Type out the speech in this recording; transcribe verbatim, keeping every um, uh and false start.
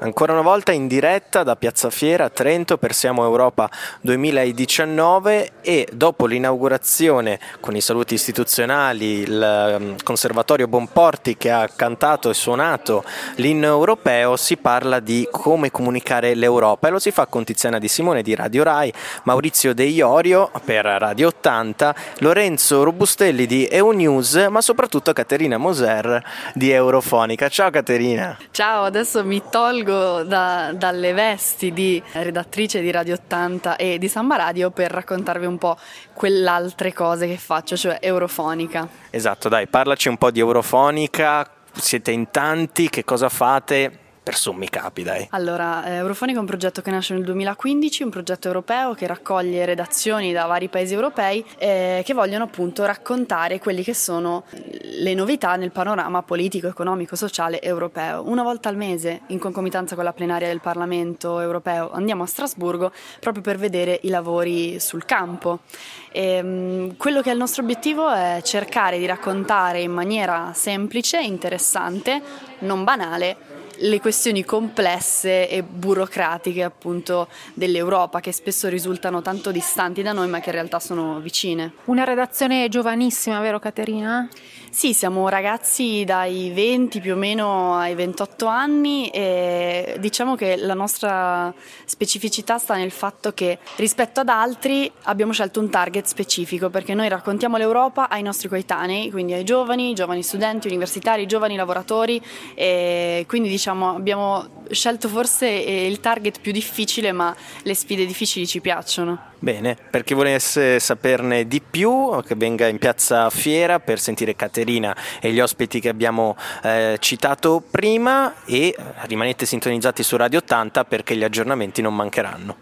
Ancora una volta in diretta da Piazza Fiera a Trento per Siamo Europa duemiladiciannove e dopo l'inaugurazione con i saluti istituzionali, il Conservatorio Bonporti che ha cantato e suonato l'inno europeo, si parla di come comunicare l'Europa e lo si fa con Tiziana Di Simone di Radio Rai, Maurizio De Iorio per Radio ottanta, Lorenzo Robustelli di EUNews, ma soprattutto Caterina Moser di Eurofonica. Ciao Caterina! Ciao, adesso mi tolgo Da, dalle vesti di redattrice di Radio ottanta e di Samba Radio per raccontarvi un po' quell'altre cose che faccio, cioè Eurofonica. Esatto, dai, parlaci un po' di Eurofonica, siete in tanti, che cosa fate? Per sommi capi, dai. Allora, eh, Eurofonica è un progetto che nasce nel duemilaquindici, un progetto europeo che raccoglie redazioni da vari paesi europei eh, che vogliono appunto raccontare quelli che sono le novità nel panorama politico, economico, sociale europeo. Una volta al mese, in concomitanza con la plenaria del Parlamento europeo, andiamo a Strasburgo proprio per vedere i lavori sul campo. E, mh, quello che è il nostro obiettivo è cercare di raccontare in maniera semplice, interessante, non banale, le questioni complesse e burocratiche appunto dell'Europa, che spesso risultano tanto distanti da noi ma che in realtà sono vicine. Una redazione giovanissima, vero Caterina? Sì, siamo ragazzi dai venti più o meno ai ventotto anni e diciamo che la nostra specificità sta nel fatto che rispetto ad altri abbiamo scelto un target specifico, perché noi raccontiamo l'Europa ai nostri coetanei, quindi ai giovani, giovani studenti, universitari, giovani lavoratori, e quindi diciamo abbiamo scelto forse il target più difficile, ma le sfide difficili ci piacciono. Bene, per chi volesse saperne di più, che venga in Piazza Fiera per sentire Caterina e gli ospiti che abbiamo eh, citato prima, e rimanete sintonizzati su Radio ottanta perché gli aggiornamenti non mancheranno.